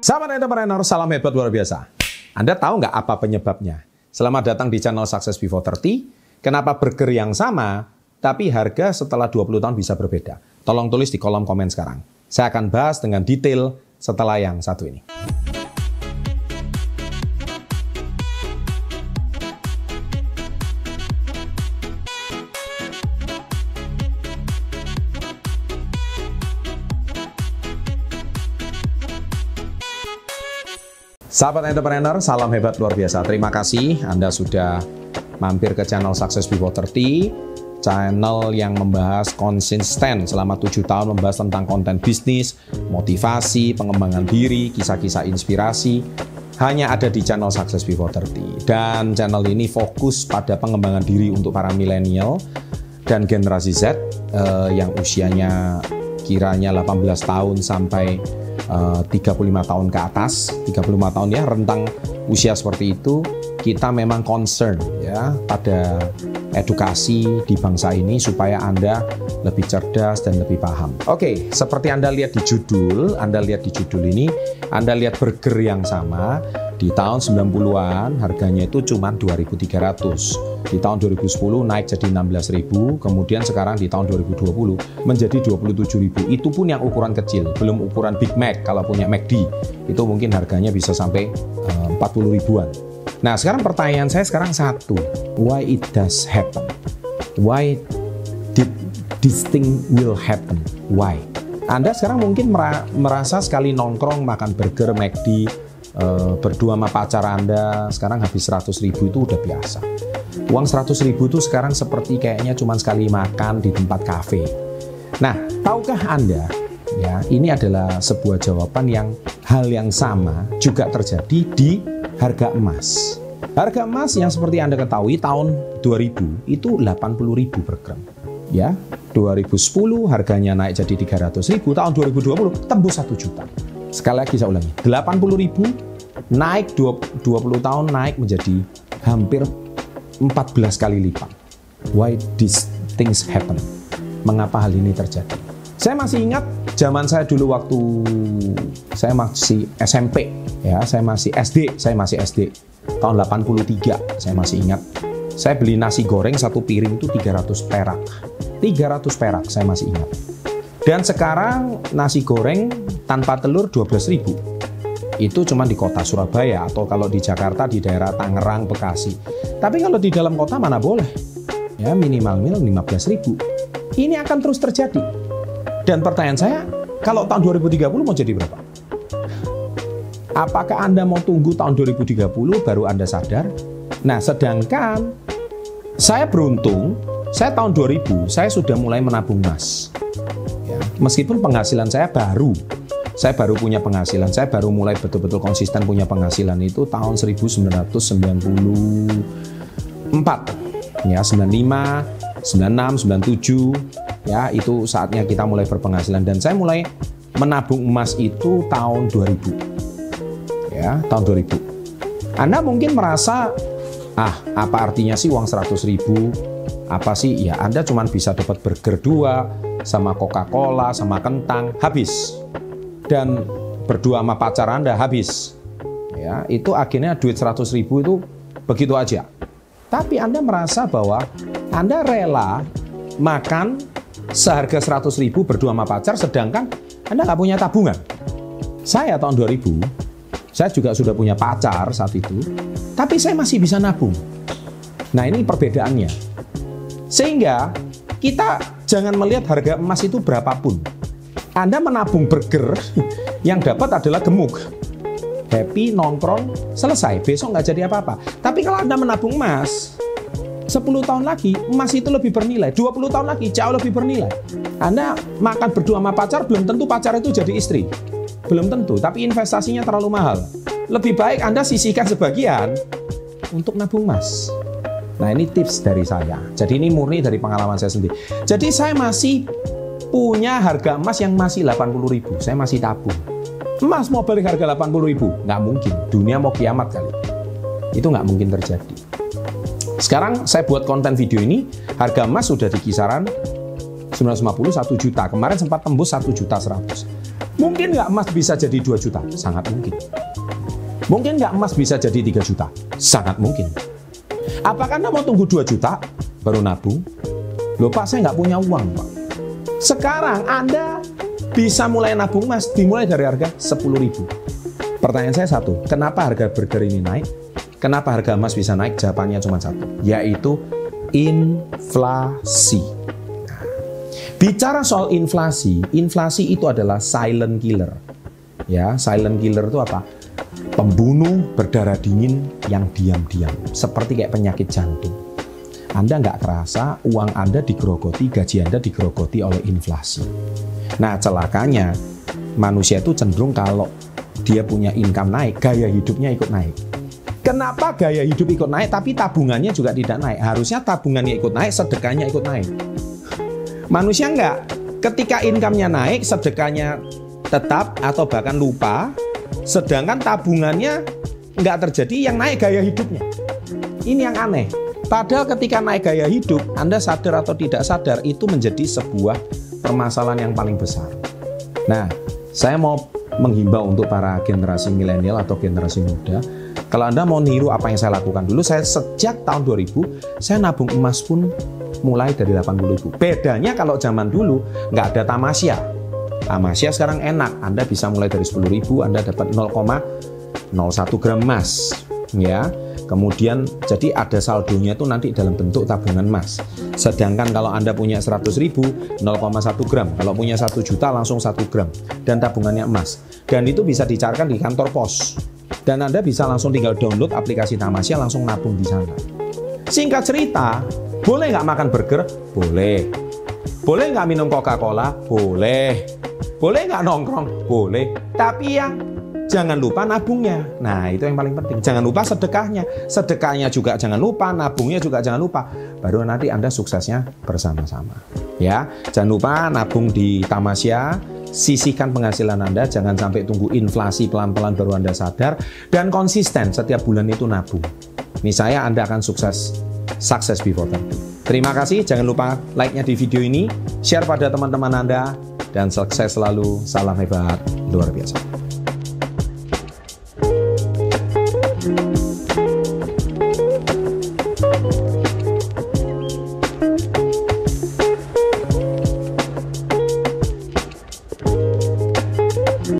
Sahabat entrepreneur, salam hebat luar biasa. Anda tahu nggak apa penyebabnya? Selamat datang di channel Success Before 30. Kenapa burger yang sama, tapi harga setelah 20 tahun bisa berbeda? Tolong tulis di kolom komen sekarang. Saya akan bahas dengan detail setelah yang satu ini. Sahabat entrepreneur, salam hebat luar biasa. Terima kasih Anda sudah mampir ke channel Success Before 30, channel yang membahas konsisten selama 7 tahun membahas tentang konten bisnis, motivasi, pengembangan diri, kisah-kisah inspirasi. Hanya ada di channel Success Before 30. Dan channel ini fokus pada pengembangan diri untuk para milenial dan generasi Z yang usianya kiranya 18 tahun sampai 35 tahun ke atas, 35 tahun ya, rentang usia seperti itu, kita memang concern ya pada edukasi di bangsa ini supaya Anda lebih cerdas dan lebih paham. Oke, seperti Anda lihat di judul, ini, Anda lihat burger yang sama di tahun 90-an harganya itu cuma 2.300. Di tahun 2010 naik jadi 16.000, kemudian sekarang di tahun 2020 menjadi 27.000. Itu pun yang ukuran kecil, belum ukuran Big Mac. Kalau punya McD, itu mungkin harganya bisa sampai 40 ribuan. Nah, sekarang pertanyaan saya sekarang satu, why it does happen? Why did this thing will happen? Why? Anda sekarang mungkin merasa sekali nongkrong, makan burger, McD, berdua sama pacar Anda, sekarang habis 100.000 itu udah biasa. Uang 100.000 itu sekarang seperti kayaknya cuma sekali makan di tempat kafe. Nah, tahukah Anda, ya, ini adalah sebuah jawaban yang hal yang sama juga terjadi di harga emas. Harga emas yang seperti Anda ketahui tahun 2000 itu 80.000 per gram. Ya, 2010 harganya naik jadi 300.000, tahun 2020 tembus 1 juta. Sekali lagi saya ulangi, 80.000 naik 20 tahun naik menjadi hampir 14 kali lipat. Why these things happen? Mengapa hal ini terjadi? Saya masih ingat zaman saya dulu waktu saya masih SMP, ya, saya masih SD, tahun 83, saya masih ingat. Saya beli nasi goreng satu piring itu 300 perak. 300 perak, saya masih ingat. Dan sekarang nasi goreng tanpa telur 12.000. Itu cuma di kota Surabaya, atau kalau di Jakarta di daerah Tangerang, Bekasi. Tapi kalau di dalam kota mana boleh, ya, minimal 15.000. Ini akan terus terjadi. Dan pertanyaan saya, kalau tahun 2030 mau jadi berapa? Apakah Anda mau tunggu tahun 2030 baru Anda sadar? Nah, sedangkan saya beruntung, saya tahun 2000 saya sudah mulai menabung emas. Ya, meskipun penghasilan saya baru punya penghasilan, saya baru mulai betul-betul konsisten punya penghasilan itu tahun 1994, ya, 95, 96, 97, ya, itu saatnya kita mulai berpenghasilan. Dan saya mulai menabung emas itu tahun 2000, ya, tahun 2000. Anda mungkin merasa, apa artinya sih uang 100.000? Apa sih? Ya, Anda cuma bisa dapat burger 2, sama Coca-Cola, sama kentang, habis. Dan berdua sama pacar Anda habis. Ya, itu akhirnya duit 100.000 itu begitu aja. Tapi Anda merasa bahwa Anda rela makan seharga 100.000 berdua sama pacar, sedangkan Anda nggak punya tabungan. Saya tahun 2000, saya juga sudah punya pacar saat itu, tapi saya masih bisa nabung. Nah, ini perbedaannya. Sehingga kita jangan melihat harga emas itu berapapun. Anda menabung burger, yang dapat adalah gemuk. Happy, nongkrong, selesai. Besok nggak jadi apa-apa. Tapi kalau Anda menabung emas, 10 tahun lagi, emas itu lebih bernilai. 20 tahun lagi, jauh lebih bernilai. Anda makan berdua sama pacar, belum tentu pacar itu jadi istri. Belum tentu, tapi investasinya terlalu mahal. Lebih baik Anda sisihkan sebagian untuk nabung emas. Nah, ini tips dari saya. Jadi ini murni dari pengalaman saya sendiri. Jadi saya masih punya harga emas yang masih 80.000. Saya masih tabung. Emas mau balik harga 80.000? Nggak mungkin. Dunia mau kiamat kali. Itu nggak mungkin terjadi. Sekarang saya buat konten video ini, harga emas sudah di kisaran 950, 1 juta. Kemarin sempat tembus 1.100.000. Mungkin nggak emas bisa jadi 2 juta? Sangat mungkin. Mungkin nggak emas bisa jadi 3 juta? Sangat mungkin. Apakah Anda mau tunggu 2 juta baru nabung? Loh Pak, saya nggak punya uang Pak. Sekarang Anda bisa mulai nabung emas, dimulai dari harga 10.000. Pertanyaan saya satu, kenapa harga burger ini naik? Kenapa harga emas bisa naik? Jawabannya cuma satu, yaitu inflasi. Bicara soal inflasi, inflasi itu adalah silent killer. Ya, silent killer itu apa? Pembunuh berdarah dingin yang diam-diam, seperti kayak penyakit jantung. Anda nggak kerasa uang Anda digerogoti, gaji Anda digerogoti oleh inflasi. Nah, celakanya manusia itu cenderung kalau dia punya income naik, gaya hidupnya ikut naik. Kenapa gaya hidup ikut naik tapi tabungannya juga tidak naik? Harusnya tabungannya ikut naik, sedekahnya ikut naik. Manusia enggak. Ketika income-nya naik, sedekahnya tetap atau bahkan lupa, sedangkan tabungannya enggak terjadi, yang naik gaya hidupnya. Ini yang aneh. Padahal ketika naik gaya hidup, Anda sadar atau tidak sadar, itu menjadi sebuah permasalahan yang paling besar. Nah, saya mau menghimbau untuk para generasi milenial atau generasi muda, kalau Anda mau niru apa yang saya lakukan dulu, saya sejak tahun 2000, saya nabung emas pun mulai dari 80.000. Bedanya kalau zaman dulu nggak ada tamasya. Tamasya sekarang enak, Anda bisa mulai dari 10.000, Anda dapat 0,01 gram emas, ya. Kemudian jadi ada saldonya itu nanti dalam bentuk tabungan emas. Sedangkan kalau Anda punya 100.000, 0,1 gram. Kalau punya 1 juta langsung 1 gram. Dan tabungannya emas. Dan itu bisa dicarikan di kantor pos. Dan Anda bisa langsung tinggal download aplikasi Tamasya, langsung nabung di sana. Singkat cerita, boleh nggak makan burger? Boleh. Boleh nggak minum Coca-Cola? Boleh. Boleh nggak nongkrong? Boleh. Tapi yang jangan lupa nabungnya. Nah, itu yang paling penting. Jangan lupa sedekahnya. Sedekahnya juga jangan lupa, nabungnya juga jangan lupa. Baru nanti Anda suksesnya bersama-sama. Ya, jangan lupa nabung di Tamasya, sisihkan penghasilan Anda, jangan sampai tunggu inflasi pelan-pelan baru Anda sadar, dan konsisten setiap bulan itu nabung. Niscaya Anda akan sukses. Success Before 30. Terima kasih, jangan lupa like-nya di video ini, share pada teman-teman Anda, dan sukses selalu. Salam hebat, luar biasa.